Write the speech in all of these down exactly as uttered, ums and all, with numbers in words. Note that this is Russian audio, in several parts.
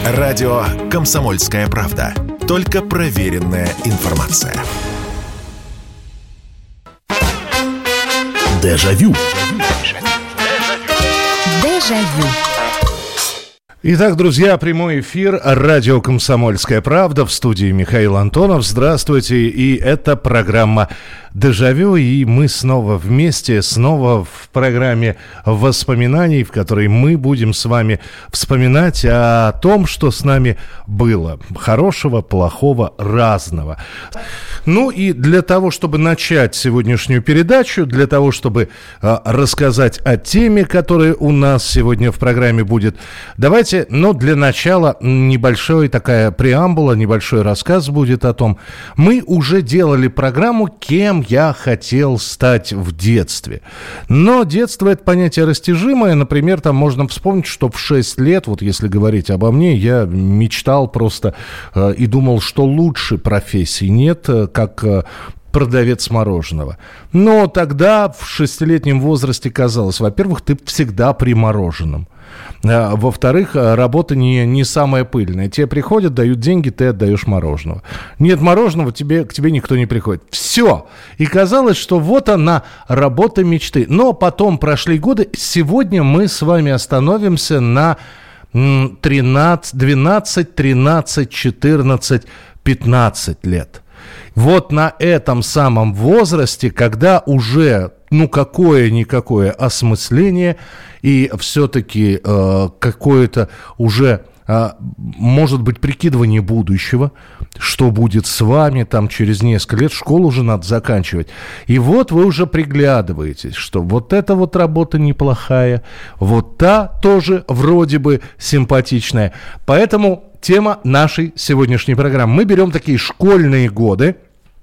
Радио «Комсомольская правда». Только проверенная информация. Дежавю. Дежавю. Итак, друзья, прямой эфир радио «Комсомольская правда», в студии Михаил Антонов. Здравствуйте, и это программа «Дежавю», и мы снова вместе, снова в программе воспоминаний, в которой мы будем с вами вспоминать о том, что с нами было. Хорошего, плохого, разного. Ну и для того, чтобы начать сегодняшнюю передачу, для того, чтобы э, рассказать о теме, которая у нас сегодня в программе будет, давайте, ну, для начала небольшая такая преамбула, небольшой рассказ будет о том. Мы уже делали программу «Кем я хотел стать в детстве». Но детство – это понятие растяжимое. Например, там можно вспомнить, что в шесть лет, вот если говорить обо мне, я мечтал просто э, и думал, что лучше профессии нет, э, как э, продавец мороженого. Но тогда в шестилетнем возрасте казалось, во-первых, ты всегда при мороженом. А, во-вторых, работа не, не самая пыльная. Тебе приходят, дают деньги, ты отдаешь мороженого. Нет мороженого, тебе, к тебе никто не приходит. Все. И казалось, что вот она, работа мечты. Но потом прошли годы. Сегодня мы с вами остановимся на тринадцать, двенадцать, тринадцать, четырнадцать, пятнадцать лет. Вот на этом самом возрасте, когда уже, ну, какое-никакое осмысление и все-таки э, какое-то уже, э, может быть, прикидывание будущего, что будет с вами там через несколько лет, школу уже надо заканчивать. И вот вы уже приглядываетесь, что вот эта вот работа неплохая, вот та тоже вроде бы симпатичная. Поэтому тема нашей сегодняшней программы. Мы берем такие школьные годы,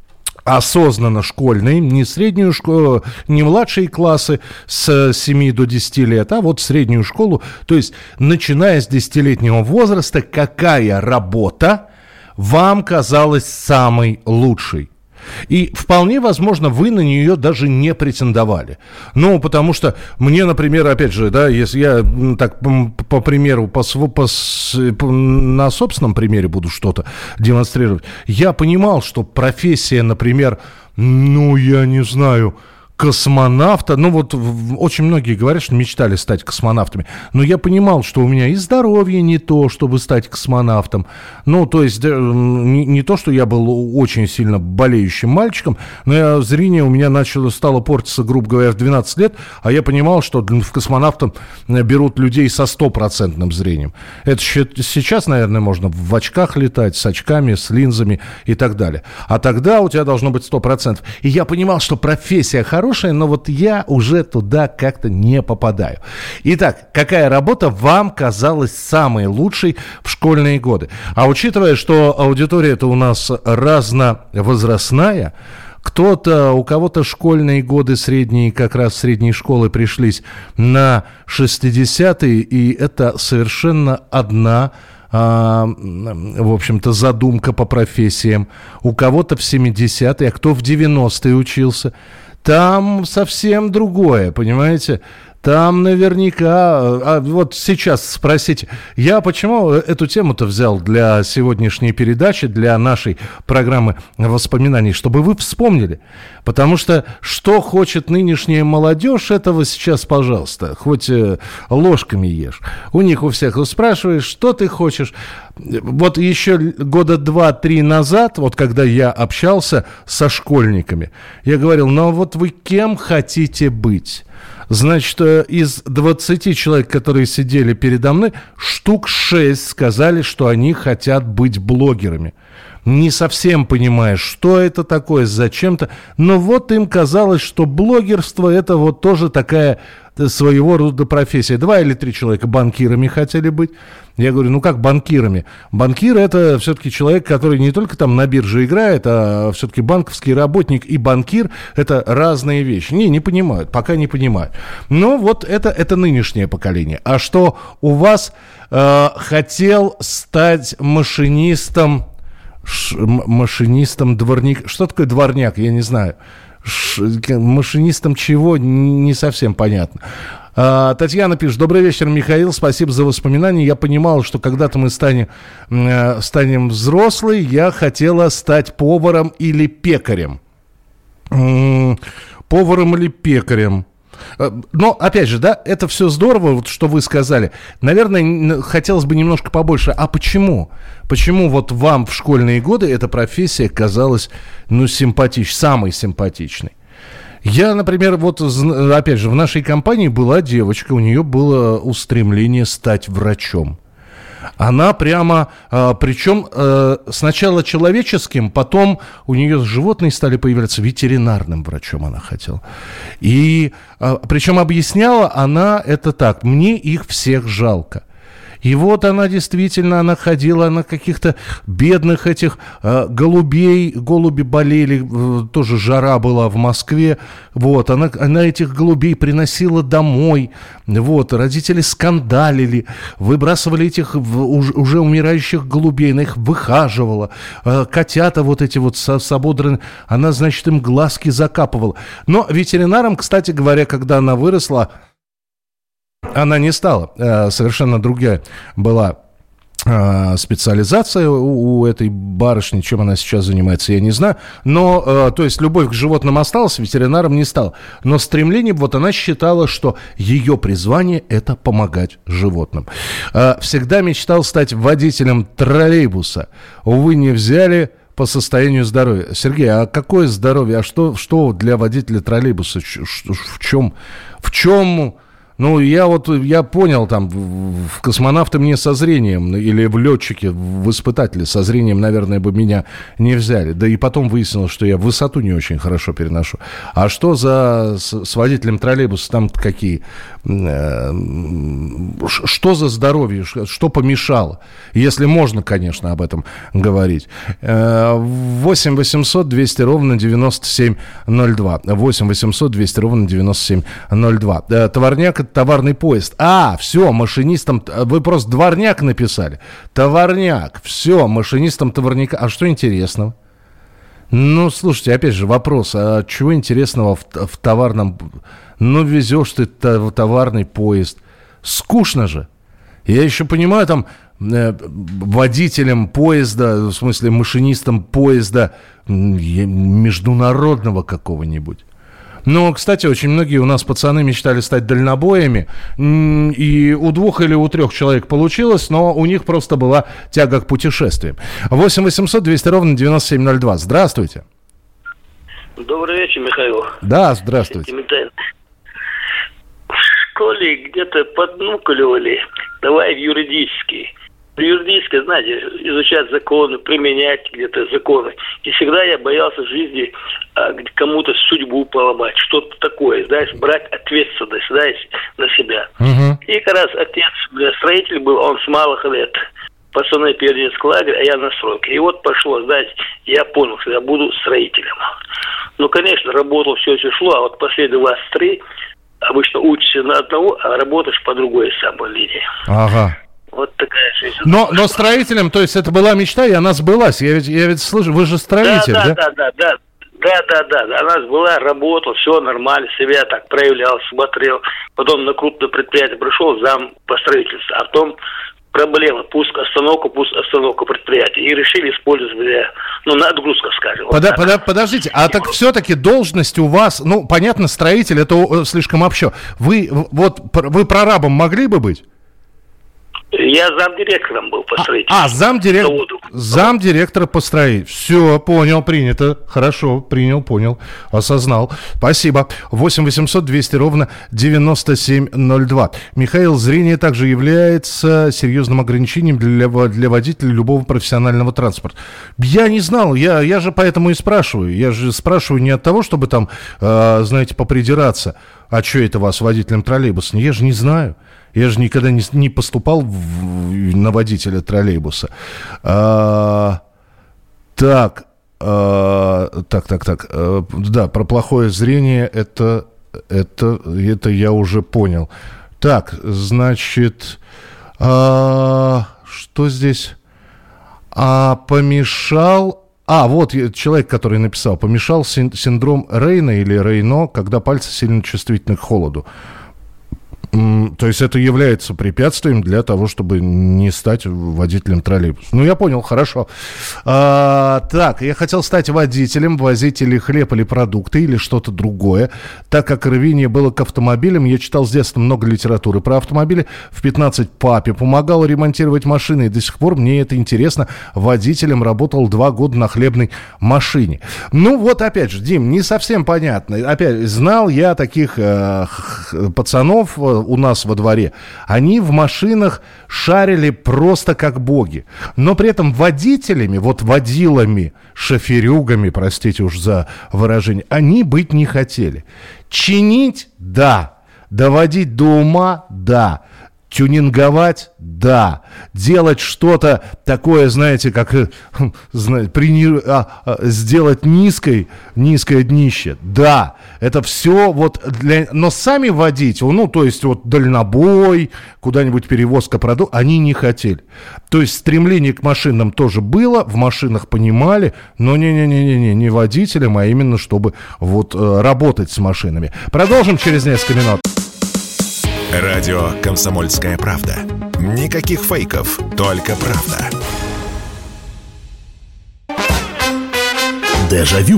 осознанно школьные, не среднюю школу, не младшие классы с семи до десяти лет, а вот среднюю школу. То есть, начиная с десятилетнего возраста, какая работа вам казалась самой лучшей? И вполне возможно, вы на нее даже не претендовали. Ну, потому что мне, например, опять же, да, если я так по, по примеру, по, по, по, на собственном примере буду что-то демонстрировать, я понимал, что профессия, например, ну, я не знаю, космонавта, ну вот очень многие говорят, что мечтали стать космонавтами, но я понимал, что у меня и здоровье не то, чтобы стать космонавтом, ну то есть не, не то, что я был очень сильно болеющим мальчиком, но я, зрение у меня начало, стало портиться, грубо говоря, в двенадцать лет, а я понимал, что в космонавтом берут людей со стопроцентным зрением. Это сейчас, наверное, можно в очках летать, с очками, с линзами и так далее, а тогда у тебя должно быть сто процентов. И я понимал, что профессия хорошая, но вот я уже туда как-то не попадаю. Итак, какая работа вам казалась самой лучшей в школьные годы? А учитывая, что аудитория-то у нас разновозрастная, кто-то, у кого-то школьные годы средние, как раз средней школы пришлись на шестидесятые, и это совершенно одна А, в общем-то, задумка по профессиям. У кого-то в семидесятые, а кто в девяностые учился. Там совсем другое, понимаете? Там наверняка... А вот сейчас спросите, я почему эту тему-то взял для сегодняшней передачи, для нашей программы воспоминаний, чтобы вы вспомнили. Потому что что хочет нынешняя молодежь, этого сейчас, пожалуйста, хоть ложками ешь. У них у всех спрашиваешь, что ты хочешь. Вот еще года два-три назад, вот когда я общался со школьниками, я говорил, ну вот вы кем хотите быть? Значит, из двадцати человек, которые сидели передо мной, штук шесть сказали, что они хотят быть блогерами. Не совсем понимая, что это такое, зачем-то, но вот им казалось, что блогерство – это вот тоже такая своего рода профессия. Два или три человека банкирами хотели быть. Я говорю, ну как банкирами? Банкир – это все-таки человек, который не только там на бирже играет, а все-таки банковский работник и банкир – это разные вещи. Не, не понимают, пока не понимают. Но вот это, это нынешнее поколение. А что у вас э, хотел стать машинистом, ш, машинистом, дворник? Что такое дворняк? Я не знаю. Ш, машинистом чего? Не совсем понятно. А, Татьяна пишет: добрый вечер, Михаил, спасибо за воспоминания. Я понимала, что когда-то мы станем, э, станем взрослые. Я хотела стать поваром или пекарем. М-м, поваром или пекарем. Но, опять же, да, это все здорово, вот что вы сказали. Наверное, хотелось бы немножко побольше. А почему? Почему вот вам в школьные годы эта профессия казалась, ну, симпатичной, самой симпатичной? Я, например, вот, опять же, в нашей компании была девочка, у нее было устремление стать врачом. Она прямо, а, причем а, сначала человеческим, потом у нее животные стали появляться, ветеринарным врачом она хотела. И а, причем объясняла она это так: мне их всех жалко. И вот она действительно, она ходила на каких-то бедных этих э, голубей, голуби болели, э, тоже жара была в Москве, вот, она, она этих голубей приносила домой, вот, родители скандалили, выбрасывали этих в, уж, уже умирающих голубей, она их выхаживала, э, котята вот эти вот с, с ободранными, она, значит, им глазки закапывала. Но ветеринаром, кстати говоря, когда она выросла, она не стала, совершенно другая была специализация у, у этой барышни, чем она сейчас занимается, я не знаю, но, то есть, любовь к животным осталась, ветеринаром не стала, но стремление, вот она считала, что ее призвание – это помогать животным. Всегда мечтал стать водителем троллейбуса, увы, не взяли по состоянию здоровья. Сергей, а какое здоровье, а что, что для водителя троллейбуса, в чем, в чем... Ну, я вот, я понял, там, в космонавты мне со зрением, или в летчике, в испытателе со зрением, наверное, бы меня не взяли. Да и потом выяснилось, что я высоту не очень хорошо переношу. А что за, с, с водителем троллейбуса там какие? Э, что за здоровье? Что помешало? Если можно, конечно, об этом говорить. восемь восемьсот двести ровно девяносто семь ноль два. восемь восемьсот двести ровно девяносто семь ноль два. Товарняк — товарный поезд. А, все, машинистом... Вы просто дворняк написали. Товарняк. Все, машинистом товарняка. А что интересного? Ну, слушайте, опять же, вопрос. А чего интересного в, в товарном... Ну, везешь ты товарный поезд. Скучно же. Я еще понимаю, там, э, водителем поезда, в смысле, машинистом поезда международного какого-нибудь. Но, кстати, очень многие у нас пацаны мечтали стать дальнобоями, и у двух или у трех человек получилось, но у них просто была тяга к путешествиям. восемь восемьсот двести ровно девяносто семь ноль два. Здравствуйте. Добрый вечер, Михаил. Да, здравствуйте. В школе где-то поднукливали, давай в юридический. Юридически, знаете, изучать законы, применять где-то законы. И всегда я боялся в жизни а, кому-то судьбу поломать, что-то такое, знаешь, брать ответственность, знаешь, на себя. Uh-huh. И как раз отец, бля, строитель был, он с малых лет. Пацаны перенес лагерь, а я на сроке. И вот пошло, знаете, я понял, что я буду строителем. Ну, конечно, работал, все еще шло, а вот последние двадцать три обычно учишься на одного, а работаешь по другой самой линии. Ага. Вот такая жизнь. Но, но строителем, то есть это была мечта, и она сбылась. Я ведь, я ведь слышу, вы же строитель, да? Да, да, да, да. Да, да, да, да. Она была, работала, все нормально, себя так проявлял, смотрел. Потом на крупное предприятие пришел, зам по строительству. А потом проблема, пуск, остановка, пуск, остановка предприятия. И решили использовать, бля, ну, на отгрузках, скажем. Под, вот под, подождите, а так все-таки должность у вас, ну, понятно, строитель, это слишком общо. Вы, вот, вы прорабом могли бы быть? Я замдиректором был по строительству. А, а замдиректор, замдиректора по строительству. Все, понял, принято. Хорошо, принял, понял, осознал. Спасибо. восемь восемьсот двести ровно девяносто семь ноль два. Михаил, зрение также является серьезным ограничением для, для водителя любого профессионального транспорта. Я не знал, я, я же поэтому и спрашиваю. Я же спрашиваю не от того, чтобы там, э, знаете, попридираться. А что это вас водителем троллейбуса? Я же не знаю. Я же никогда не, не поступал в, на водителя троллейбуса. А, так, а, так, так, так. А, да, про плохое зрение это, это, это я уже понял. Так, значит, а, что здесь? А, помешал... А, вот человек, который написал. Помешал синдром Рейна или Рейно, когда пальцы сильно чувствительны к холоду. То есть это является препятствием для того, чтобы не стать водителем троллейбуса. Ну, я понял, хорошо. А, так, я хотел стать водителем, возить или хлеб, или продукты, или что-то другое. Так как рвение было к автомобилям, я читал с детства много литературы про автомобили. В пятнадцать папе помогал ремонтировать машины, и до сих пор мне это интересно. Водителем работал два года на хлебной машине. Ну, вот опять же, Дим, не совсем понятно. Опять, знал я таких э, пацанов у нас во дворе, они в машинах шарили просто как боги. Но при этом водителями, вот водилами, шоферюгами, простите уж за выражение, они быть не хотели. Чинить – да. Доводить до ума – да. Тюнинговать – да. Делать что-то такое, знаете, как знаете, при, а, а, сделать низкой, низкое днище – да. Это все вот для... Но сами водить, ну, то есть вот дальнобой, куда-нибудь перевозка продуктов, они не хотели. То есть стремление к машинам тоже было, в машинах понимали, но не-не-не-не, не водителям, а именно чтобы вот работать с машинами. Продолжим через несколько минут. Радио «Комсомольская правда». Никаких фейков, только правда. Дежавю.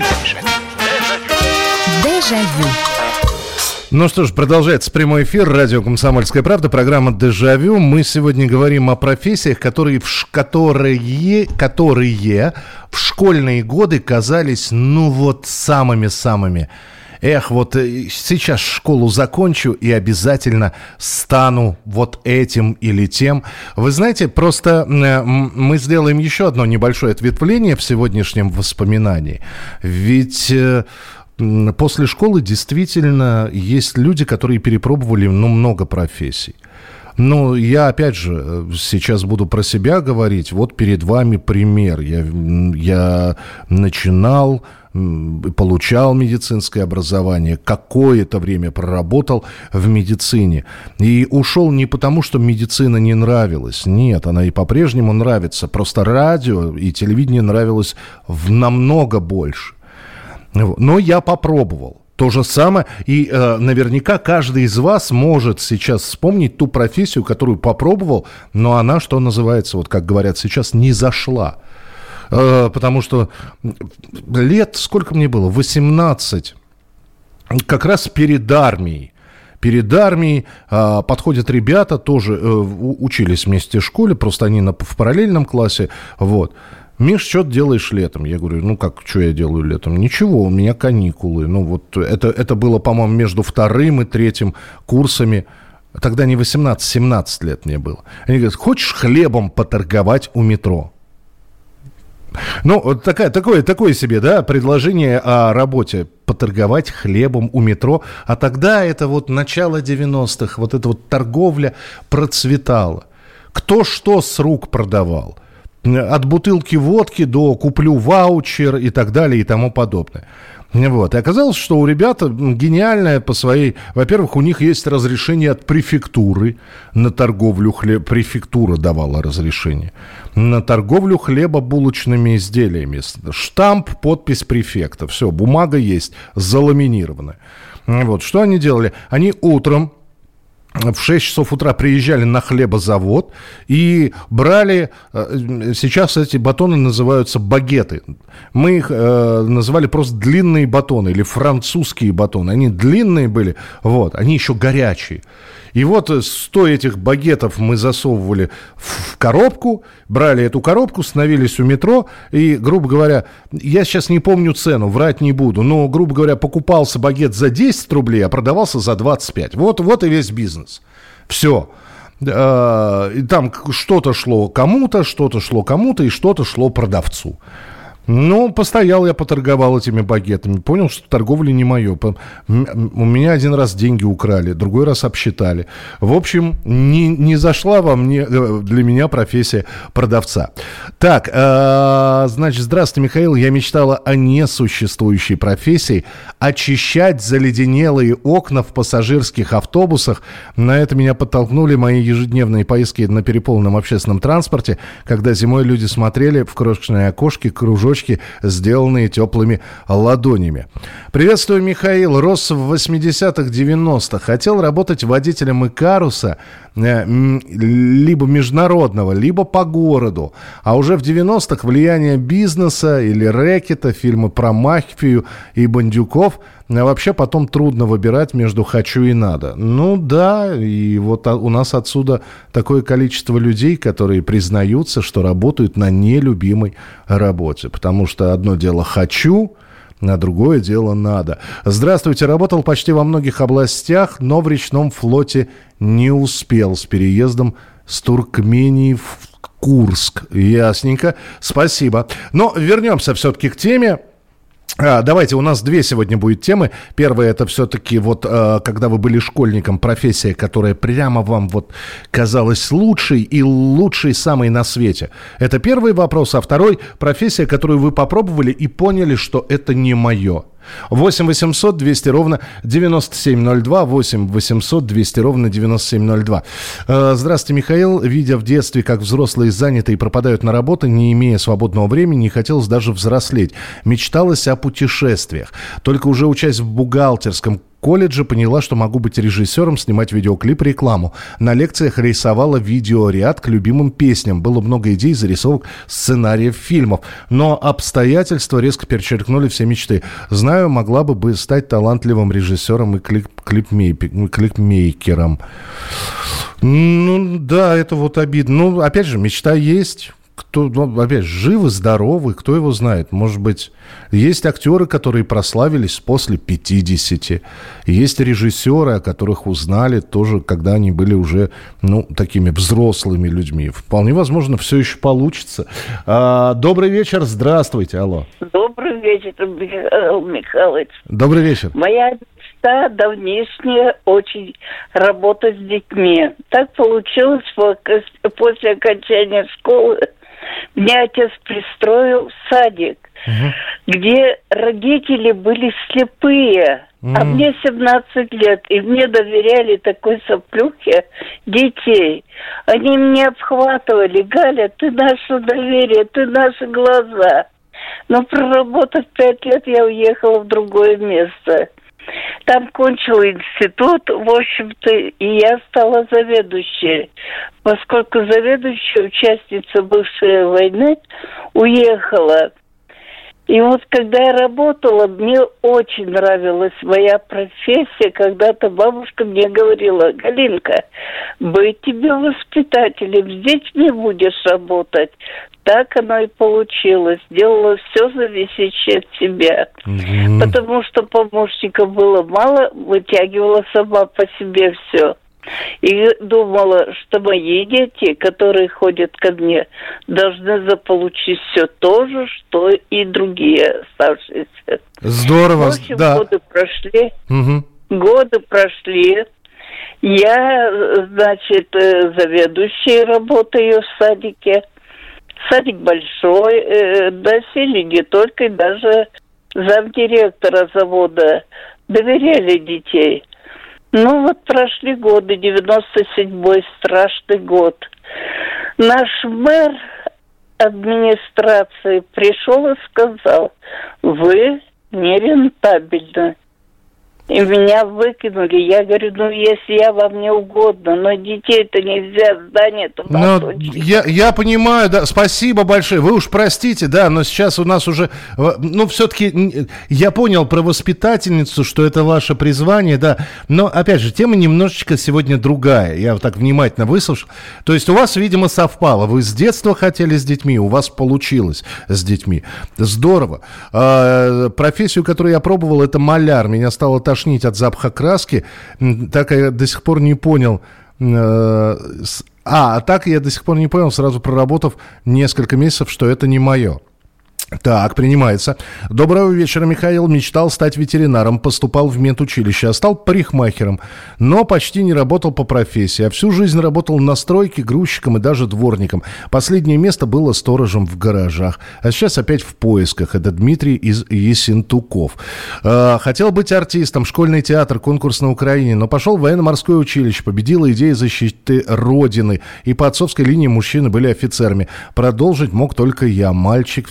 Дежавю. Ну что ж, продолжается прямой эфир. Радио «Комсомольская правда», программа «Дежавю». Мы сегодня говорим о профессиях, которые в, которые, которые в школьные годы казались, ну вот, самыми-самыми. Эх, вот сейчас школу закончу и обязательно стану вот этим или тем. Вы знаете, просто мы сделаем еще одно небольшое ответвление в сегодняшнем воспоминании. Ведь после школы действительно есть люди, которые перепробовали, ну, много профессий. Ну, я, опять же, сейчас буду про себя говорить. Вот перед вами пример. Я, я начинал, получал медицинское образование, какое-то время проработал в медицине. И ушел не потому, что медицина не нравилась. Нет, она и по-прежнему нравится. Просто радио и телевидение нравилось в намного больше. Но я попробовал. То же самое, и э, наверняка каждый из вас может сейчас вспомнить ту профессию, которую попробовал, но она, что называется, вот как говорят сейчас, не зашла. Э, потому что лет, сколько мне было, восемнадцать, как раз перед армией. Перед армией э, подходят ребята, тоже э, учились вместе в школе, просто они на, в параллельном классе, вот. Миш, что ты делаешь летом? Я говорю, ну как, что я делаю летом? Ничего, у меня каникулы. Ну вот это, это было, по-моему, между вторым и третьим курсами. Тогда не восемнадцать, семнадцать лет мне было. Они говорят, хочешь хлебом поторговать у метро? Ну, вот такая, такое, такое себе, да, предложение о работе. Поторговать хлебом у метро. А тогда это вот начало девяностых, вот эта вот торговля процветала. Кто что с рук продавал. От бутылки водки до куплю ваучер и так далее и тому подобное. Вот. И оказалось, что у ребят гениальное по своей... Во-первых, у них есть разрешение от префектуры на торговлю хлеба. Префектура давала разрешение. На торговлю хлебобулочными изделиями. Штамп, подпись префекта. Все, бумага есть, заламинированная. Вот. Что они делали? Они утром в шесть часов утра приезжали на хлебозавод и брали, сейчас эти батоны называются багеты. Мы их э, называли просто длинные батоны или французские батоны. Они длинные были, вот, они еще горячие. И вот сто этих багетов мы засовывали в коробку, брали эту коробку, становились у метро, и, грубо говоря, я сейчас не помню цену, врать не буду, но, грубо говоря, покупался багет за десять рублей, а продавался за двадцать пять. Вот, вот и весь бизнес. Все. И там что-то шло кому-то, что-то шло кому-то, и что-то шло продавцу. Ну, постоял я, поторговал этими багетами. Понял, что торговля не мое. У меня один раз деньги украли, другой раз обсчитали. В общем, не, не зашла во мне, для меня профессия продавца. Так, э, значит, здравствуйте, Михаил. Я мечтала о несуществующей профессии очищать заледенелые окна в пассажирских автобусах. На это меня подтолкнули мои ежедневные поездки на переполненном общественном транспорте, когда зимой люди смотрели в крошечные окошки, кружочки цветочки, сделанные теплыми ладонями. Приветствую, Михаил. Рос в восьмидесятых, девяностых. Хотел работать водителем Икаруса, либо международного, либо по городу. А уже в девяностых влияние бизнеса или рэкета, фильмы про мафию и бандюков, вообще потом трудно выбирать между «хочу» и «надо». Ну да, и вот у нас отсюда такое количество людей, которые признаются, что работают на нелюбимой работе. Потому что одно дело «хочу», а другое дело «надо». Здравствуйте. Работал почти во многих областях, но в речном флоте не успел с переездом с Туркмении в Курск. Ясненько. Спасибо. Но вернемся все-таки к теме. А, давайте, у нас две сегодня будет темы. Первая — это все-таки вот, э, когда вы были школьником, профессия, которая прямо вам вот казалась лучшей и лучшей самой на свете. Это первый вопрос. А второй — профессия, которую вы попробовали и поняли, что это не мое. восемь восемьсот двести ровно девяносто семь ноль два, восемь восемьсот двести ровно девяносто семь ноль два. Здравствуйте, Михаил. Видя в детстве, как взрослые заняты и пропадают на работу, не имея свободного времени, не хотелось даже взрослеть. Мечталось о путешествиях. Только уже учась в бухгалтерском колледже, поняла, что могу быть режиссером, снимать видеоклип, рекламу. На лекциях рисовала видеоряд к любимым песням. Было много идей, зарисовок, сценариев фильмов. Но обстоятельства резко перечеркнули все мечты. Знаю, могла бы стать талантливым режиссером и клип, клипмейкером. клипмейкером. Ну, да, это вот обидно. Ну, опять же, мечта есть. Кто, ну, опять же, живы, здоровы, кто его знает. Может быть, есть актеры, которые прославились после пятидесяти. Есть режиссеры, о которых узнали тоже, когда они были уже, ну, такими взрослыми людьми. Вполне возможно, все еще получится. А, добрый вечер, здравствуйте, алло. Добрый вечер, Михаил Михайлович. Добрый вечер. Моя мечта давнишняя очень работать с детьми. Так получилось, после окончания школы меня отец пристроил в садик, угу. где родители были слепые, угу. а мне семнадцать лет, и мне доверяли такой соплюхе детей. Они меня обхватывали: Галя, ты наше доверие, ты наши глаза. Но проработав пять лет, я уехала в другое место. Там кончила институт, в общем-то, и я стала заведующей. Поскольку заведующая, участница бывшей войны, уехала. И вот когда я работала, мне очень нравилась моя профессия. Когда-то бабушка мне говорила: Галинка, быть тебе воспитателем, с детьми будешь работать. Так оно и получилось. Делала все зависящее от себя. Mm-hmm. Потому что помощников было мало, вытягивала сама по себе все. И думала, что мои дети, которые ходят ко мне, должны заполучить все то же, что и другие оставшиеся. Здорово, в общем, да. годы прошли. Mm-hmm. Годы прошли. Я, значит, заведующей работаю в садике. Садик большой, э, носили не только, и даже замдиректора завода доверяли детей. Ну вот прошли годы, девяносто седьмой, страшный год. Наш мэр администрации пришел и сказал: вы нерентабельны. И меня выкинули. Я говорю: ну, если я вам не угодно, но детей-то нельзя, здание-то поточить. Я, я понимаю, да, спасибо большое. Вы уж простите, да, но сейчас у нас уже, ну, все-таки я понял про воспитательницу, что это ваше призвание, да, но, опять же, тема немножечко сегодня другая. Я вот так внимательно выслушал. То есть у вас, видимо, совпало. Вы с детства хотели с детьми, у вас получилось с детьми. Здорово. А, профессию, которую я пробовал, это маляр. Меня стало тошнить от запаха краски, так я до сих пор не понял. А, а так я до сих пор не понял, сразу проработав несколько месяцев, что это не мое. Так, принимается. Доброго вечера, Михаил. Мечтал стать ветеринаром, поступал в медучилище, а стал парикмахером, но почти не работал по профессии, а всю жизнь работал на стройке, грузчиком и даже дворником. Последнее место было сторожем в гаражах, а сейчас опять в поисках. Это Дмитрий из Ессентуков. Э, хотел быть артистом, школьный театр, конкурс на Украине, но пошел в военно-морское училище, победила идея защиты Родины, и по отцовской линии мужчины были офицерами. Продолжить мог только я, мальчик в семье.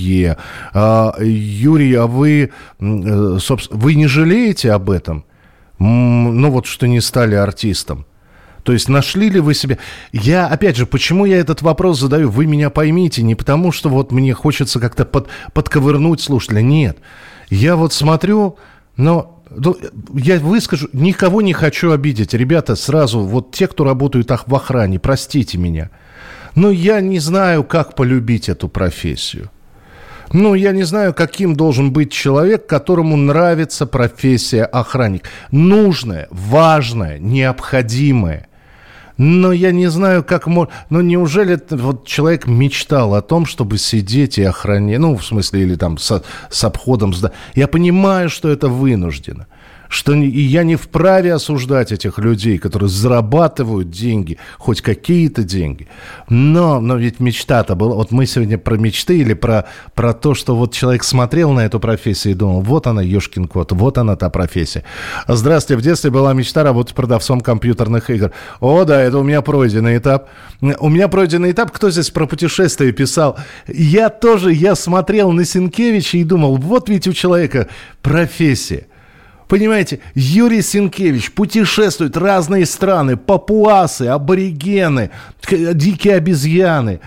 семье. А, Юрий, а вы, собственно, вы не жалеете об этом? Ну вот, что не стали артистом. То есть нашли ли вы себя... Я, опять же, почему я этот вопрос задаю? Вы меня поймите, не потому что вот мне хочется как-то под, подковырнуть слушателя. Нет. Я вот смотрю, но... Я выскажу, никого не хочу обидеть. Ребята, сразу, вот те, кто работают в охране, простите меня. Но я не знаю, как полюбить эту профессию. Ну, я не знаю, каким должен быть человек, которому нравится профессия охранник. Нужная, важная, необходимая. Но я не знаю, как можно... Ну, неужели вот человек мечтал о том, чтобы сидеть и охранять... Ну, в смысле, или там с, с обходом... Я понимаю, что это вынуждено. Что и я не вправе осуждать этих людей, которые зарабатывают деньги, хоть какие-то деньги. Но, но ведь мечта-то была... Вот мы сегодня про мечты или про, про то, что вот человек смотрел на эту профессию и думал, вот она, ёшкин кот, вот она та профессия. Здравствуйте, в детстве была мечта работать продавцом компьютерных игр. О, да, это у меня пройденный этап. У меня пройденный этап, кто здесь про путешествия писал? Я тоже, я смотрел на Сенкевича и думал, вот ведь у человека профессия. Понимаете, Юрий Сенкевич путешествует в разные страны, папуасы, аборигены, дикие обезьяны.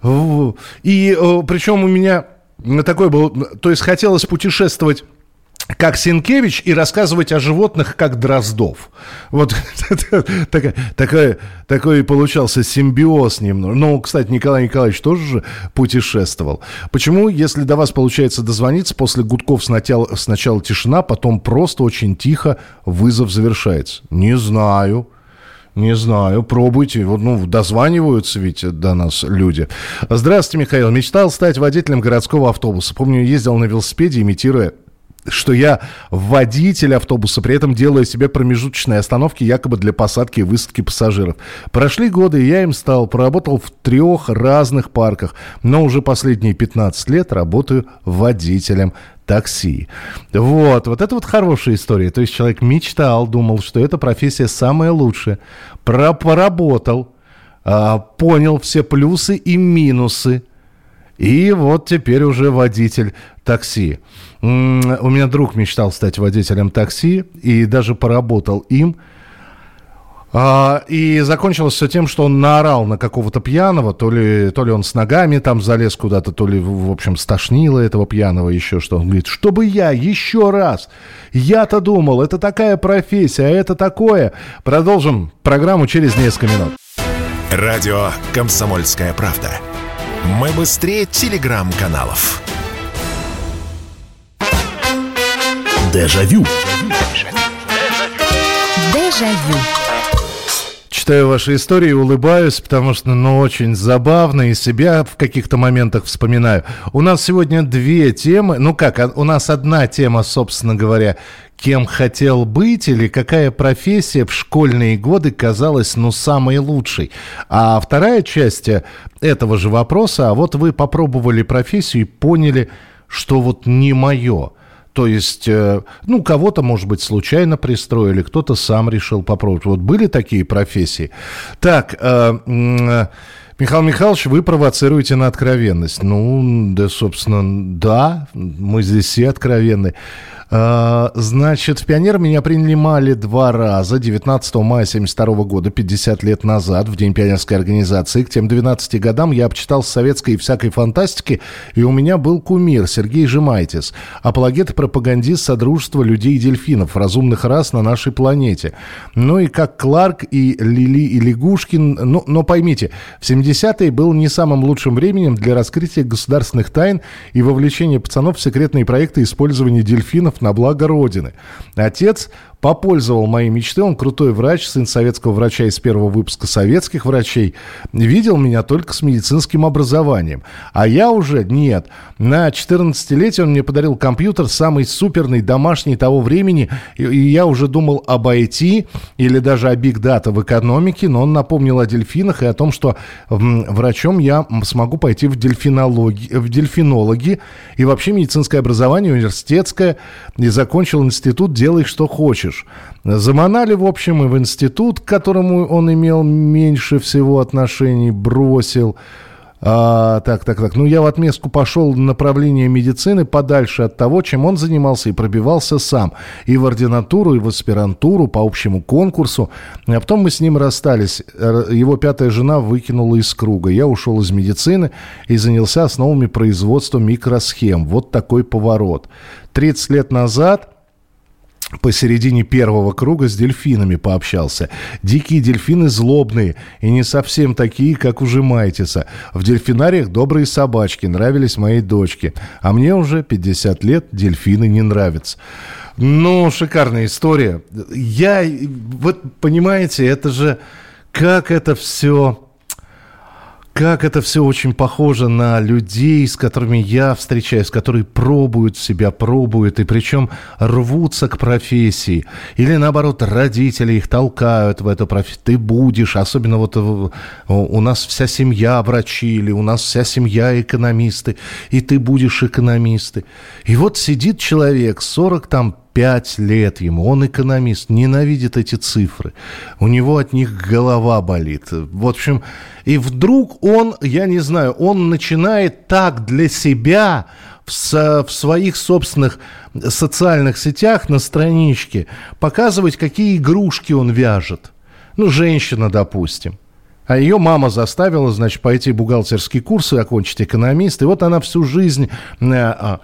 И причем у меня такой был, то есть хотелось путешествовать как Сенкевич и рассказывать о животных, как Дроздов. Вот такой, такой, такой получался симбиоз немного. Ну, кстати, Николай Николаевич тоже же путешествовал. Почему, если до вас получается дозвониться, после гудков сначала, сначала тишина, потом просто очень тихо вызов завершается? Не знаю. Не знаю, пробуйте. Вот, ну, дозваниваются ведь до нас люди. Здравствуйте, Михаил. Мечтал стать водителем городского автобуса. Помню, ездил на велосипеде, имитируя, что я водитель автобуса, при этом делая себе промежуточные остановки якобы для посадки и высадки пассажиров. Прошли годы, и я им стал. Проработал в трех разных парках, но уже последние пятнадцать лет работаю водителем такси. Вот, вот это вот хорошая история. То есть человек мечтал, думал, что эта профессия самая лучшая. Проработал, понял все плюсы и минусы. И вот теперь уже водитель такси. У меня друг мечтал стать водителем такси и даже поработал им. И закончилось все тем, что он наорал на какого-то пьяного, то ли, то ли он с ногами там залез куда-то, то ли, в общем, стошнило этого пьяного еще что. Он говорит, чтобы я еще раз, я-то думал, это такая профессия, а это такое. Продолжим программу через несколько минут. Радио «Комсомольская правда». Мы быстрее телеграм-каналов. Дежавю. Дежавю. Читаю ваши истории, улыбаюсь, потому что, ну, очень забавно, и себя в каких-то моментах вспоминаю. У нас сегодня две темы, ну как, у нас одна тема, собственно говоря, кем хотел быть или какая профессия в школьные годы казалась, ну, самой лучшей. А вторая часть этого же вопроса, а вот вы попробовали профессию и поняли, что вот не мое. То есть, ну, кого-то, может быть, случайно пристроили, кто-то сам решил попробовать. Вот были такие профессии. Так, э, э, Михаил Михайлович, вы провоцируете на откровенность. Ну, да, собственно, да, мы здесь все откровенны. Значит, в пионер меня принимали два раза. девятнадцатого мая семьдесят второго года, пятьдесят лет назад, в день пионерской организации. К тем двенадцати годам я обчитался советской и всякой фантастики, и у меня был кумир Сергей Жемайтис, апологет и пропагандист Содружества людей и дельфинов, разумных рас на нашей планете. Ну и как Кларк и Лили и Лягушкин. Ну, но поймите, в семидесятые был не самым лучшим временем для раскрытия государственных тайн и вовлечения пацанов в секретные проекты использования дельфинов на благо Родины. Отец попользовал мои мечты. Он крутой врач, сын советского врача из первого выпуска советских врачей. Видел меня только с медицинским образованием. А я уже нет. На четырнадцатилетие он мне подарил компьютер, самый суперный, домашний того времени. И я уже думал об ай ти или даже о Big Data в экономике, но он напомнил о дельфинах и о том, что врачом я смогу пойти в дельфинологи, в дельфинологи и вообще медицинское образование, университетское. И закончил институт «Делай, что хочешь». Заманали, в общем, и в институт, к которому он имел меньше всего отношений, бросил. А, так, так, так. Ну, я в отместку пошел в направление медицины подальше от того, чем он занимался и пробивался сам. И в ординатуру, и в аспирантуру по общему конкурсу. А потом мы с ним расстались. Его пятая жена выкинула из круга. Я ушел из медицины и занялся основами производства микросхем. Вот такой поворот. тридцать лет назад... посередине первого круга с дельфинами пообщался. Дикие дельфины злобные и не совсем такие, как у Жемайтиса. В дельфинариях добрые собачки, нравились моей дочке. А мне уже пятьдесят лет, дельфины не нравятся. Ну, шикарная история. Я, вот понимаете, это же, как это все... Как это все очень похоже на людей, с которыми я встречаюсь, которые пробуют себя, пробуют, и причем рвутся к профессии. Или, наоборот, родители их толкают в эту профессию. Ты будешь, особенно вот у нас вся семья врачи, или у нас вся семья экономисты, и ты будешь экономисты. И вот сидит человек, сорок там, Пять лет ему, он экономист, ненавидит эти цифры, у него от них голова болит. В общем, и вдруг он, я не знаю, он начинает так для себя в, в своих собственных социальных сетях на страничке показывать, какие игрушки он вяжет. Ну, женщина, допустим. А ее мама заставила, значит, пойти бухгалтерские курсы, окончить экономист. И вот она всю жизнь... А,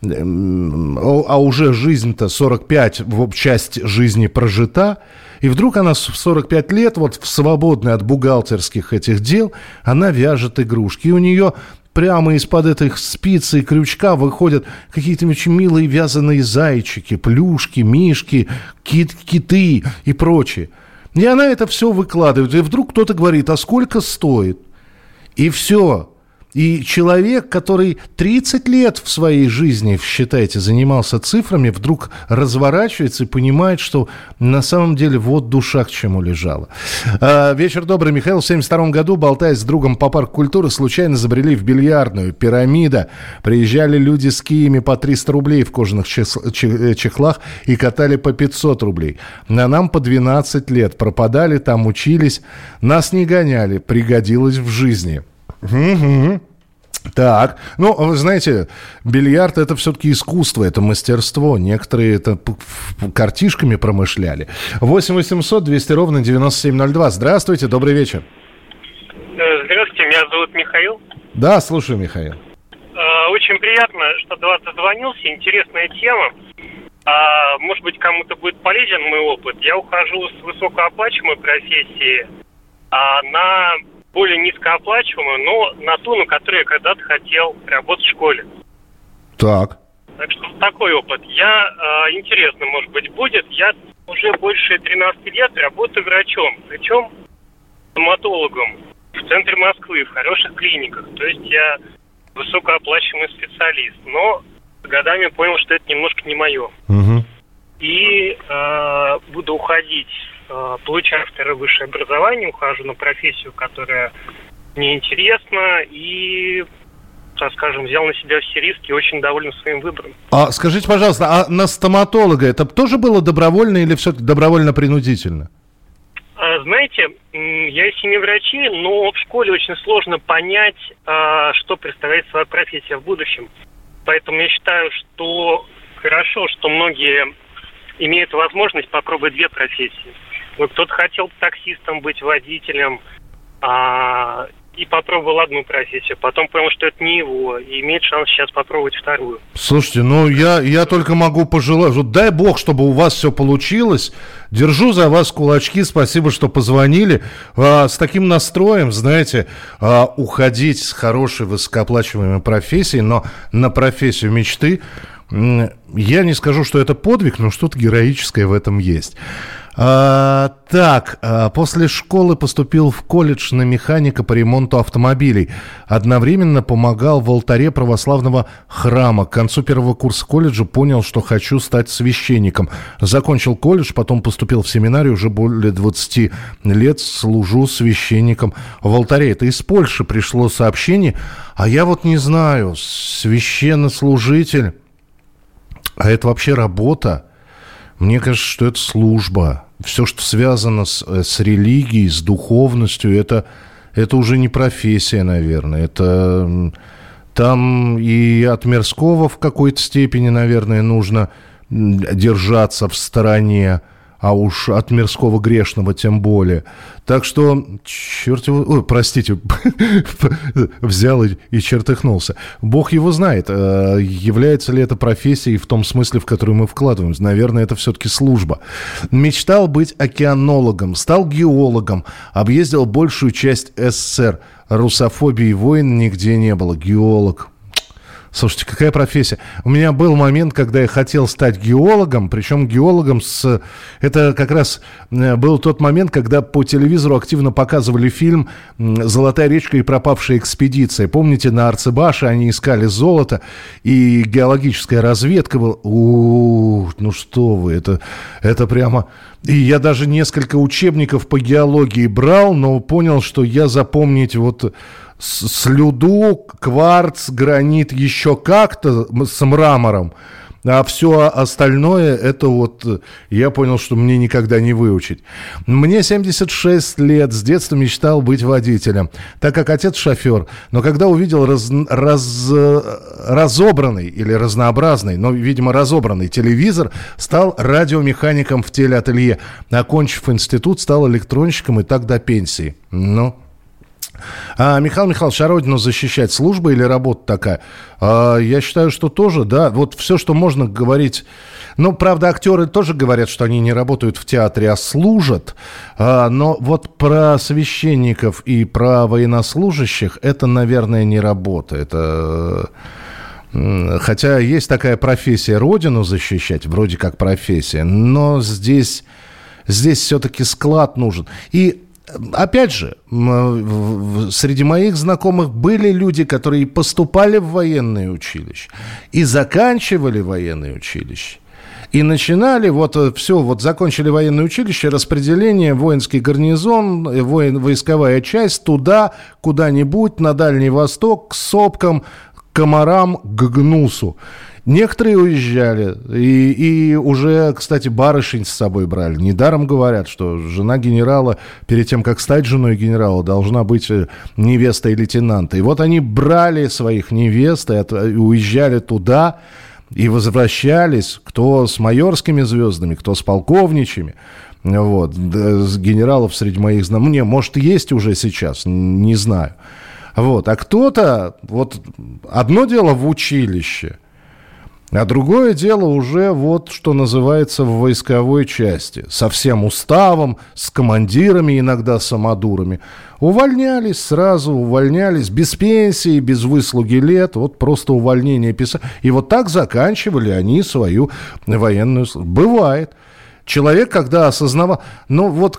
а уже жизнь-то сорок пять, часть жизни прожита. И вдруг она в сорок пять лет, вот в свободной от бухгалтерских этих дел, она вяжет игрушки. И у нее... прямо из-под этих спиц и крючка выходят какие-то очень милые вязаные зайчики, плюшки, мишки, кит, киты и прочее. И она это все выкладывает. И вдруг кто-то говорит, а сколько стоит? И все. И человек, который тридцать лет в своей жизни, считайте, занимался цифрами, вдруг разворачивается и понимает, что на самом деле вот душа к чему лежала. А, вечер добрый, Михаил. В семьдесят втором году, болтаясь с другом по парку культуры, случайно забрели в бильярдную. Пирамида. Приезжали люди с киями по триста рублей в кожаных чехлах и катали по пятьсот рублей. На нам по двенадцать лет. Пропадали там, учились. Нас не гоняли. Пригодилось в жизни. Угу. Так, ну, вы знаете, бильярд — это все-таки искусство, это мастерство. Некоторые это картишками промышляли. восемь восемьсот двести ровно девяносто семь ноль два. Здравствуйте, добрый вечер. Здравствуйте, меня зовут Михаил. Да, слушаю, Михаил. Очень приятно, что до вас дозвонился. Интересная тема. Может быть, кому-то будет полезен мой опыт. Я ухожу с высокооплачиваемой профессии на более низкооплачиваемую, но на ту, на которую я когда-то хотел работать в школе. Так. Так что такой опыт. Я, э, интересно, может быть, будет. Я уже больше тринадцати лет работаю врачом, причем стоматологом в центре Москвы, в хороших клиниках. То есть я высокооплачиваемый специалист. Но с годами понял, что это немножко не мое. Угу. И э, буду уходить, э, получаю второе высшее образование, ухожу на профессию, которая мне интересна, и, так скажем, взял на себя все риски и очень доволен своим выбором. А скажите, пожалуйста, а на стоматолога это тоже было добровольно или все-таки добровольно-принудительно? А, знаете, я из семьи врачей, но в школе очень сложно понять, а, что представляет своя профессия в будущем. Поэтому я считаю, что хорошо, что многие имеют возможность попробовать две профессии. Вот кто-то хотел таксистом быть, водителем, а, и попробовал одну профессию, потом понял, что это не его, и имеет шанс сейчас попробовать вторую. Слушайте, ну я, я только могу пожелать, вот дай бог, чтобы у вас все получилось. Держу за вас кулачки, спасибо, что позвонили. А, с таким настроем, знаете, а, уходить с хорошей высокооплачиваемой профессией, но на профессию мечты, я не скажу, что это подвиг, но что-то героическое в этом есть. А, так, а, после школы поступил в колледж на механика по ремонту автомобилей. Одновременно помогал в алтаре православного храма. К концу первого курса колледжа понял, что хочу стать священником. Закончил колледж, потом поступил в семинарию. Уже более двадцати лет служу священником в алтаре. Это из Польши пришло сообщение. А я вот не знаю, священнослужитель, а это вообще работа? Мне кажется, что это служба. Все, что связано с, с религией, с духовностью, это, это уже не профессия, наверное. Это там и от мирского в какой-то степени, наверное, нужно держаться в стороне, а уж от мирского грешного тем более. Так что, черт его... Ой, простите, взял и, и чертыхнулся. Бог его знает, является ли это профессией в том смысле, в который мы вкладываемся. Наверное, это все-таки служба. Мечтал быть океанологом, стал геологом, объездил большую часть СССР. Русофобии и войн нигде не было. Геолог. Слушайте, какая профессия. У меня был момент, когда я хотел стать геологом, причем геологом с... Это как раз был тот момент, когда по телевизору активно показывали фильм «Золотая речка и пропавшая экспедиция». Помните, на Арцебаше они искали золото, и геологическая разведка была... У-у-у, ну что вы, это, это прямо... И я даже несколько учебников по геологии брал, но понял, что я запомнить вот... слюду, кварц, гранит, еще как-то с мрамором, а все остальное, это вот, я понял, что мне никогда не выучить. Мне семьдесят шесть лет, с детства мечтал быть водителем, так как отец шофер, но когда увидел раз, раз, разобранный или разнообразный, но, видимо, разобранный телевизор, стал радиомехаником в телеателье. Окончив институт, стал электронщиком и так до пенсии. Ну... А, Михаил Михайлович, а родину защищать служба или работа такая? А, я считаю, что тоже, да. Вот все, что можно говорить... Ну, правда, актеры тоже говорят, что они не работают в театре, а служат. А, но вот про священников и про военнослужащих это, наверное, не работа. Это... Хотя есть такая профессия родину защищать, вроде как профессия, но здесь, здесь все-таки склад нужен. И опять же, среди моих знакомых были люди, которые поступали в военные училища и заканчивали военные училища. И начинали, вот все, вот закончили военное училище, распределение, воинский гарнизон, воин, войсковая часть туда, куда-нибудь, на Дальний Восток, к сопкам, к комарам, к гнусу. Некоторые уезжали, и, и уже, кстати, барышень с собой брали. Недаром говорят, что жена генерала, перед тем, как стать женой генерала, должна быть невестой лейтенанта. И вот они брали своих невест и, от, и уезжали туда, и возвращались, кто с майорскими звездами, кто с полковничьими. Вот. С генералов среди моих знакомых, не, может, есть уже сейчас, не знаю. Вот. А кто-то, вот одно дело в училище, а другое дело уже вот, что называется, в войсковой части. Со всем уставом, с командирами, иногда самодурами. Увольнялись сразу, увольнялись без пенсии, без выслуги лет. Вот просто увольнение писали. И вот так заканчивали они свою военную службу. Бывает. Человек, когда осознавал... Ну вот,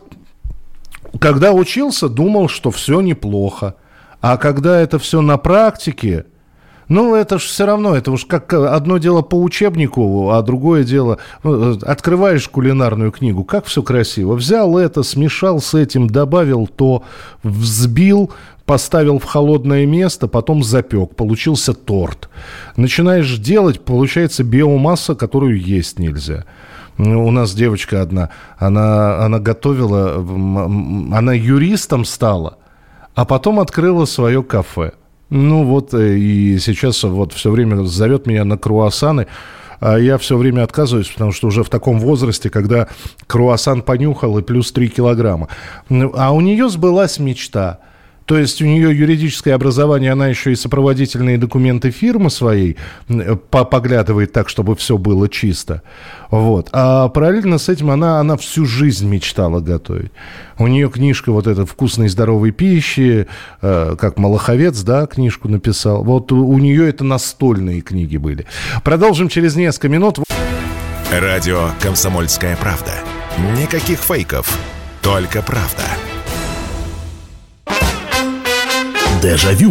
когда учился, думал, что все неплохо. А когда это все на практике... Ну, это же все равно, это уж как одно дело по учебнику, а другое дело... Открываешь кулинарную книгу, как все красиво. Взял это, смешал с этим, добавил то, взбил, поставил в холодное место, потом запек. Получился торт. Начинаешь делать, получается биомасса, которую есть нельзя. У нас девочка одна, она, она готовила, она юристом стала, а потом открыла свое кафе. Ну вот, и сейчас вот все время зовет меня на круассаны, а я все время отказываюсь, потому что уже в таком возрасте, когда круассан понюхал и плюс три килограмма. А у нее сбылась мечта. То есть у нее юридическое образование, она еще и сопроводительные документы фирмы своей поглядывает так, чтобы все было чисто. Вот. А параллельно с этим она, она всю жизнь мечтала готовить. У нее книжка вот эта «Вкусной и здоровой пищи», э, как Малаховец, да, книжку написал. Вот у, у нее это настольные книги были. Продолжим через несколько минут. Радио «Комсомольская правда». Никаких фейков, только правда. Дежавю.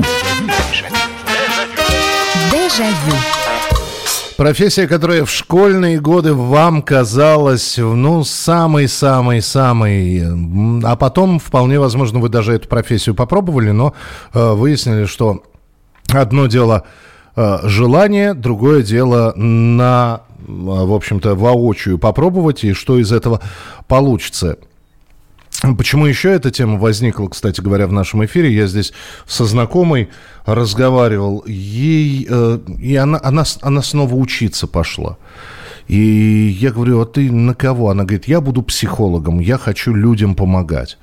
Дежавю. Профессия, которая в школьные годы вам казалась, ну, самой-самой-самой, а потом, вполне возможно, вы даже эту профессию попробовали, но э, выяснили, что одно дело э, желание, другое дело на, в общем-то, воочию попробовать, и что из этого получится. Почему еще эта тема возникла, кстати говоря, в нашем эфире? Я здесь со знакомой разговаривал, ей, э, и она, она, она снова учиться пошла. И я говорю, а ты на кого? Она говорит, я буду психологом, я хочу людям помогать.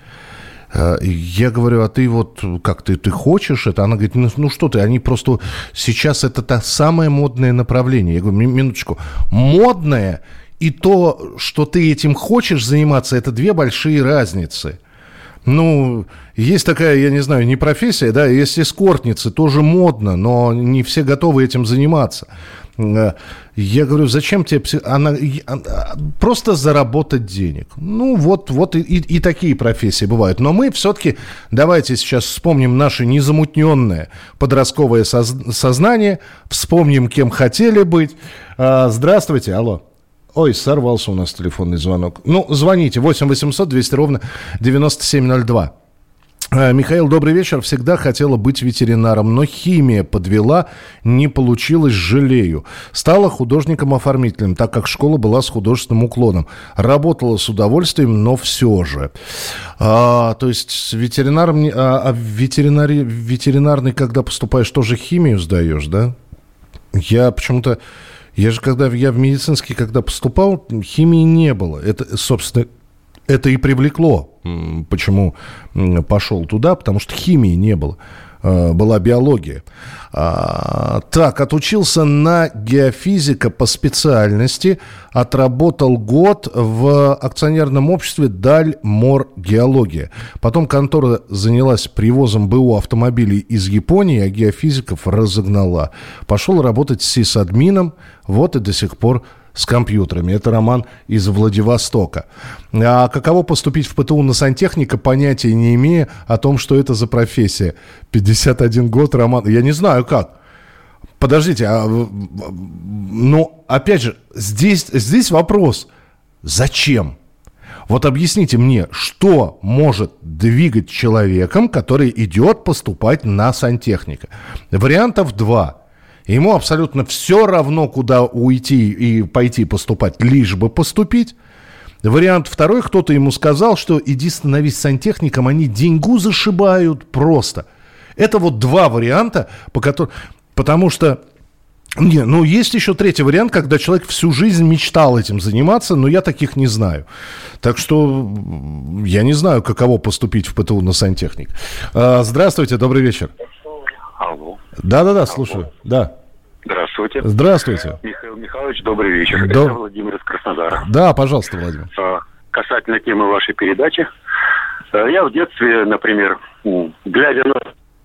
Я говорю, а ты вот как ты, ты хочешь это? Она говорит, ну, ну что ты, они просто сейчас это то самое модное направление. Я говорю, минуточку, модное и то, что ты этим хочешь заниматься, это две большие разницы. Ну, есть такая, я не знаю, не профессия, да, есть эскортницы, тоже модно, но не все готовы этим заниматься. Я говорю, зачем тебе псих... Она... Просто заработать денег. Ну, вот, вот и, и, и такие профессии бывают. Но мы все-таки, давайте сейчас вспомним наше незамутненное подростковое соз... сознание, вспомним, кем хотели быть. Здравствуйте, алло. Ой, сорвался у нас телефонный звонок. Ну, звоните, восемь восемьсот двести ровно девяносто семь ноль два. Михаил, добрый вечер. Всегда хотела быть ветеринаром, но химия подвела, не получилось, жалею. Стала художником-оформителем, так как школа была с художественным уклоном. Работала с удовольствием, но все же. А, то есть с ветеринаром, а, а в ветеринари, ветеринарный, когда поступаешь, тоже химию сдаешь, да? Я почему-то... Я же, когда я в медицинский, когда поступал, химии не было. Это, собственно... Это и привлекло, почему пошел туда, потому что химии не было, была биология. Так, отучился на геофизика по специальности, отработал год в акционерном обществе Дальморгеология. Потом контора занялась привозом БУ автомобилей из Японии, а геофизиков разогнала. Пошел работать сисадмином, вот и до сих пор с компьютерами. Это Роман из Владивостока. А каково поступить в ПТУ на сантехника, понятия не имея о том, что это за профессия. пятьдесят один год, Роман. Я не знаю, как. Подождите, а, ну, опять же, здесь, здесь вопрос. Зачем? Вот объясните мне, что может двигать человеком, который идет поступать на сантехника? Вариантов два. Ему абсолютно все равно, куда уйти и пойти поступать, лишь бы поступить. Вариант второй, кто-то ему сказал, что иди становись сантехником, они деньгу зашибают просто. Это вот два варианта, по которым... Потому что... Не, ну, есть еще третий вариант, когда человек всю жизнь мечтал этим заниматься, но я таких не знаю. Так что я не знаю, каково поступить в ПТУ на сантехник. Здравствуйте, добрый вечер. Алло. Да-да-да, слушаю. Алло. Да. Здравствуйте. Здравствуйте. Михаил Михайлович, добрый вечер. До... Это Владимир из Краснодара. Да, пожалуйста, Владимир. Касательно темы вашей передачи. Я в детстве, например, глядя на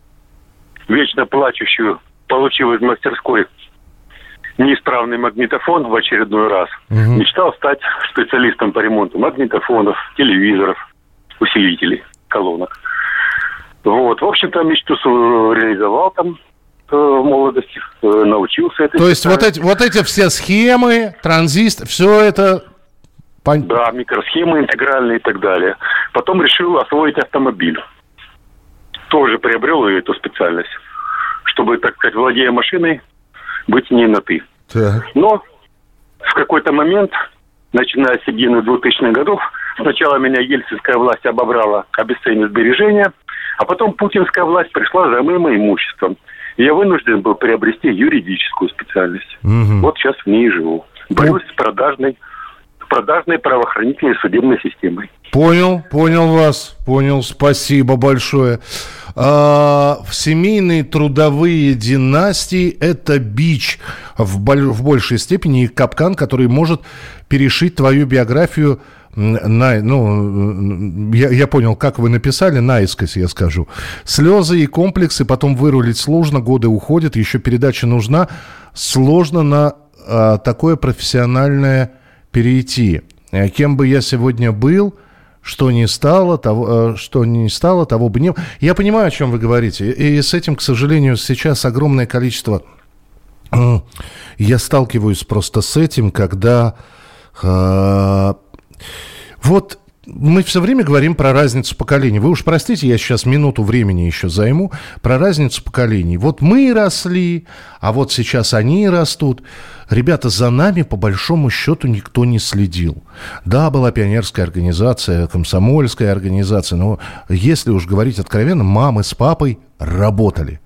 вечно плачущую, получил из мастерской неисправный магнитофон в очередной раз, угу. мечтал стать специалистом по ремонту магнитофонов, телевизоров, усилителей, колонок. Вот, в общем-то, мечту реализовал там в молодости, научился этой. То есть вот эти, вот эти все схемы, транзисторы, все это... Да, микросхемы интегральные и так далее. Потом решил освоить автомобиль. Тоже приобрел эту специальность, чтобы, так сказать, владея машиной, быть не на «ты». Так. Но в какой-то момент, начиная с середины двухтысячных годов, сначала меня ельцинская власть обобрала, обесценив сбережения, а потом путинская власть пришла за моим имуществом. И я вынужден был приобрести юридическую специальность. Угу. Вот сейчас в ней и живу. Борюсь с продажной, продажной правоохранительной судебной системой. Понял, понял вас, понял, спасибо большое. А, семейные трудовые династии – это бич в, боль, в большей степени и капкан, который может перешить твою биографию на, ну, я, я понял, как вы написали, наискось я скажу. Слезы и комплексы, потом вырулить сложно, годы уходят, еще передача нужна, сложно на а, такое профессиональное перейти. Кем бы я сегодня был, что не стало, того, что не стало, того бы не было. Я понимаю, о чем вы говорите. И с этим, к сожалению, сейчас огромное количество... Я сталкиваюсь просто с этим, когда... Э, вот мы все время говорим про разницу поколений. Вы уж простите, я сейчас минуту времени еще займу. Про разницу поколений. Вот мы росли, а вот сейчас они растут. Ребята, за нами, по большому счету, никто не следил. Да, была пионерская организация, комсомольская организация, но если уж говорить откровенно, мамы с папой работали.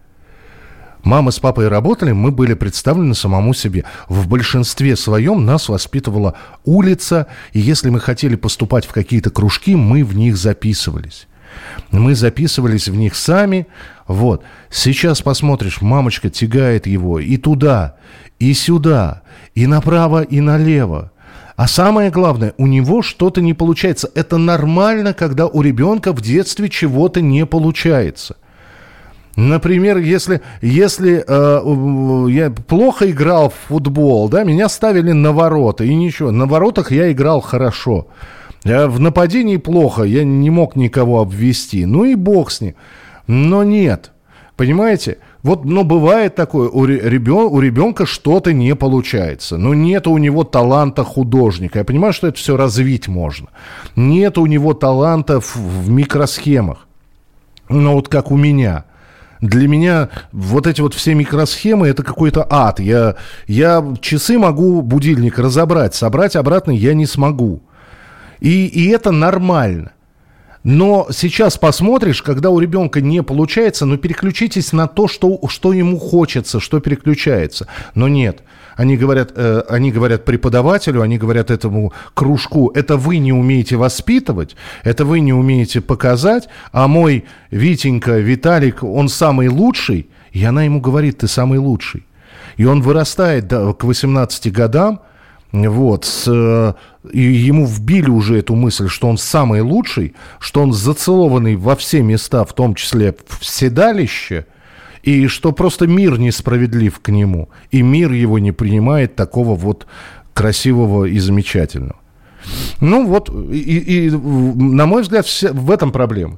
Мама с папой работали, мы были представлены самому себе. В большинстве своем нас воспитывала улица, и если мы хотели поступать в какие-то кружки, мы в них записывались. Мы записывались в них сами. Вот. Сейчас посмотришь, мамочка тягает его и туда, и сюда, и направо, и налево. А самое главное, у него что-то не получается. Это нормально, когда у ребенка в детстве чего-то не получается. Например, если, если э, я плохо играл в футбол, да, меня ставили на ворота, и ничего, на воротах я играл хорошо. Я в нападении плохо, я не мог никого обвести, ну и бог с ним. Но нет, понимаете, вот, но бывает такое, у, ребен, у ребенка что-то не получается, но нет у него таланта художника. Я понимаю, что это все развить можно. Нет у него таланта в, в микросхемах, но вот как у меня. Для меня вот эти вот все микросхемы – это какой-то ад. Я, я часы могу, будильник разобрать, собрать обратно я не смогу. И, и это нормально. Но сейчас посмотришь, когда у ребенка не получается, ну переключитесь на то, что, что ему хочется, что переключается. Но нет. Они говорят, э, они говорят преподавателю, они говорят этому кружку, это вы не умеете воспитывать, это вы не умеете показать, а мой Витенька, Виталик, он самый лучший, и она ему говорит, ты самый лучший. И он вырастает до, к восемнадцати годам, вот, с, и ему вбили уже эту мысль, что он самый лучший, что он зацелованный во все места, в том числе в седалище, и что просто мир несправедлив к нему, и мир его не принимает такого вот красивого и замечательного. Ну вот, и, и на мой взгляд, все, в этом проблема.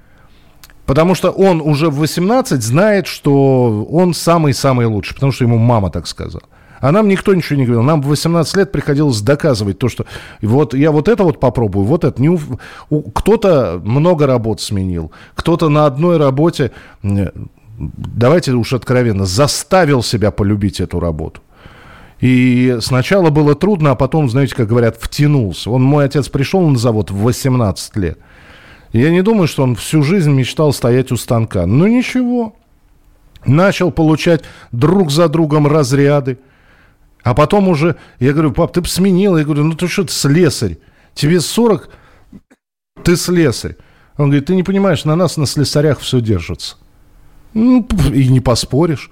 Потому что он уже в восемнадцать знает, что он самый-самый лучший, потому что ему мама так сказала. А нам никто ничего не говорил. Нам в восемнадцать лет приходилось доказывать то, что вот я вот это вот попробую, вот это. Не у... Кто-то много работ сменил, кто-то на одной работе... Давайте уж откровенно, заставил себя полюбить эту работу. И сначала было трудно, а потом, знаете, как говорят, втянулся. Он, мой отец пришел на завод в восемнадцать лет. И я не думаю, что он всю жизнь мечтал стоять у станка. Но ничего. Начал получать друг за другом разряды. А потом уже, я говорю, пап, ты бы сменил. Я говорю, ну ты что, ты слесарь. Тебе сорок, ты слесарь. Он говорит, ты не понимаешь, на нас, на слесарях все держится. Ну, и не поспоришь.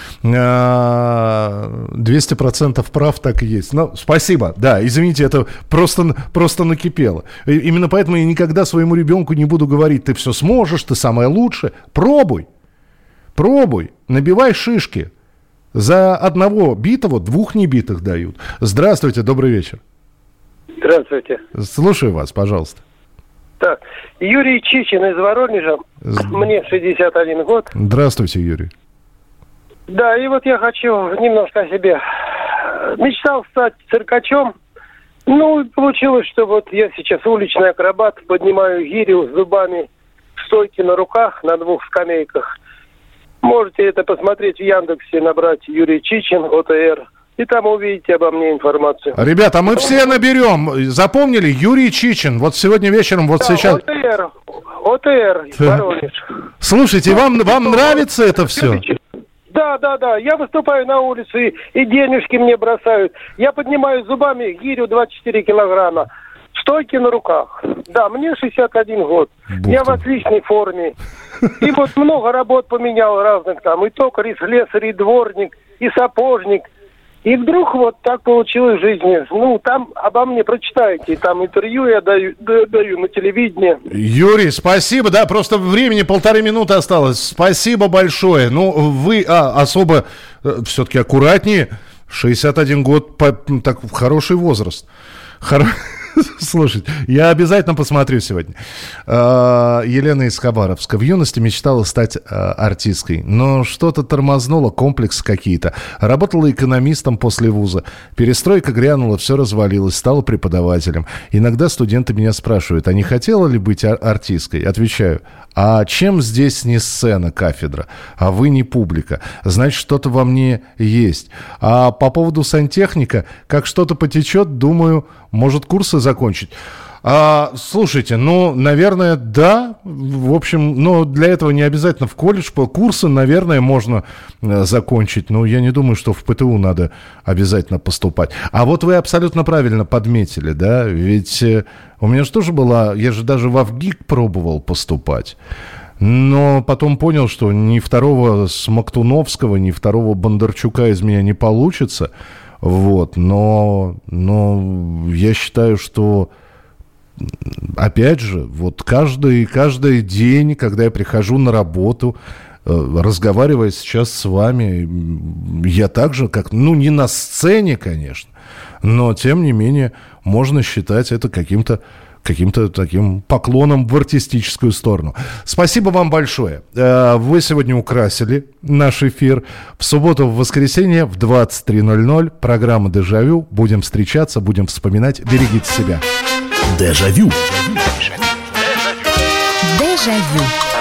двести процентов прав так и есть. Ну, спасибо. Да, извините, это просто, просто накипело. И именно поэтому я никогда своему ребенку не буду говорить, ты все сможешь, ты самое лучшее. Пробуй. Пробуй. Набивай шишки. За одного битого двух небитых дают. Здравствуйте, добрый вечер. Здравствуйте. Слушаю вас, пожалуйста. Так, Юрий Чичин из Воронежа, мне шестьдесят один год. Здравствуйте, Юрий. Да, и вот я хочу немножко о себе. Мечтал стать циркачом. Ну, получилось, что вот я сейчас уличный акробат, поднимаю гирю с зубами, стойки на руках, на двух скамейках. Можете это посмотреть в Яндексе, набрать Юрий Чичин, ОТР. И там увидите обо мне информацию. Ребята, мы все наберем. Запомнили? Юрий Чичин. Вот сегодня вечером, вот да, сейчас... ОТР. ОТР, Воронеж. Слушайте, вам, вам нравится это все? Да, да, да. Я выступаю на улице, и, и денежки мне бросают. Я поднимаю зубами гирю двадцать четыре килограмма. Стойки на руках. Да, мне шестьдесят один год. Бог я ты. В отличной форме. И вот много работ поменял разных там. И токарь, и слесарь, и дворник, и сапожник. И вдруг вот так получилось в жизни. Ну, там обо мне прочитаете. Там интервью я даю, даю на телевидении. Юрий, спасибо. Да, просто времени полторы минуты осталось. Спасибо большое. Ну, вы а, особо э, все-таки аккуратнее. шестьдесят один год, по, так, хороший возраст. Хор... Слушайте, я обязательно посмотрю сегодня. Елена из Хабаровска. В юности мечтала стать артисткой, но что-то тормознуло, комплексы какие-то. Работала экономистом после вуза. Перестройка грянула, все развалилось, стала преподавателем. Иногда студенты меня спрашивают, а не хотела ли быть артисткой? Отвечаю, а чем здесь не сцена, кафедра? А вы не публика. Значит, что-то во мне есть. А по поводу сантехника, как что-то потечет, думаю, может, курсы закончить. А, слушайте, ну, наверное, да. В общем, но для этого не обязательно в колледж. Курсы, наверное, можно э, закончить. Но я не думаю, что в ПТУ надо обязательно поступать. А вот вы абсолютно правильно подметили, да? Ведь э, у меня же тоже была... Я же даже во ВГИК пробовал поступать. Но потом понял, что ни второго Смоктуновского, ни второго Бондарчука из меня не получится. Вот. Но, но я считаю, что... Опять же, вот каждый, каждый день, когда я прихожу на работу, разговаривая сейчас с вами, я так же, как, ну, не на сцене, конечно, но, тем не менее, можно считать это каким-то каким-то таким поклоном в артистическую сторону. Спасибо вам большое. Вы сегодня украсили наш эфир. В субботу, в воскресенье в двадцать три ноль ноль программа «Дежавю». Будем встречаться, будем вспоминать. Берегите себя. Дежавю. Дежавю.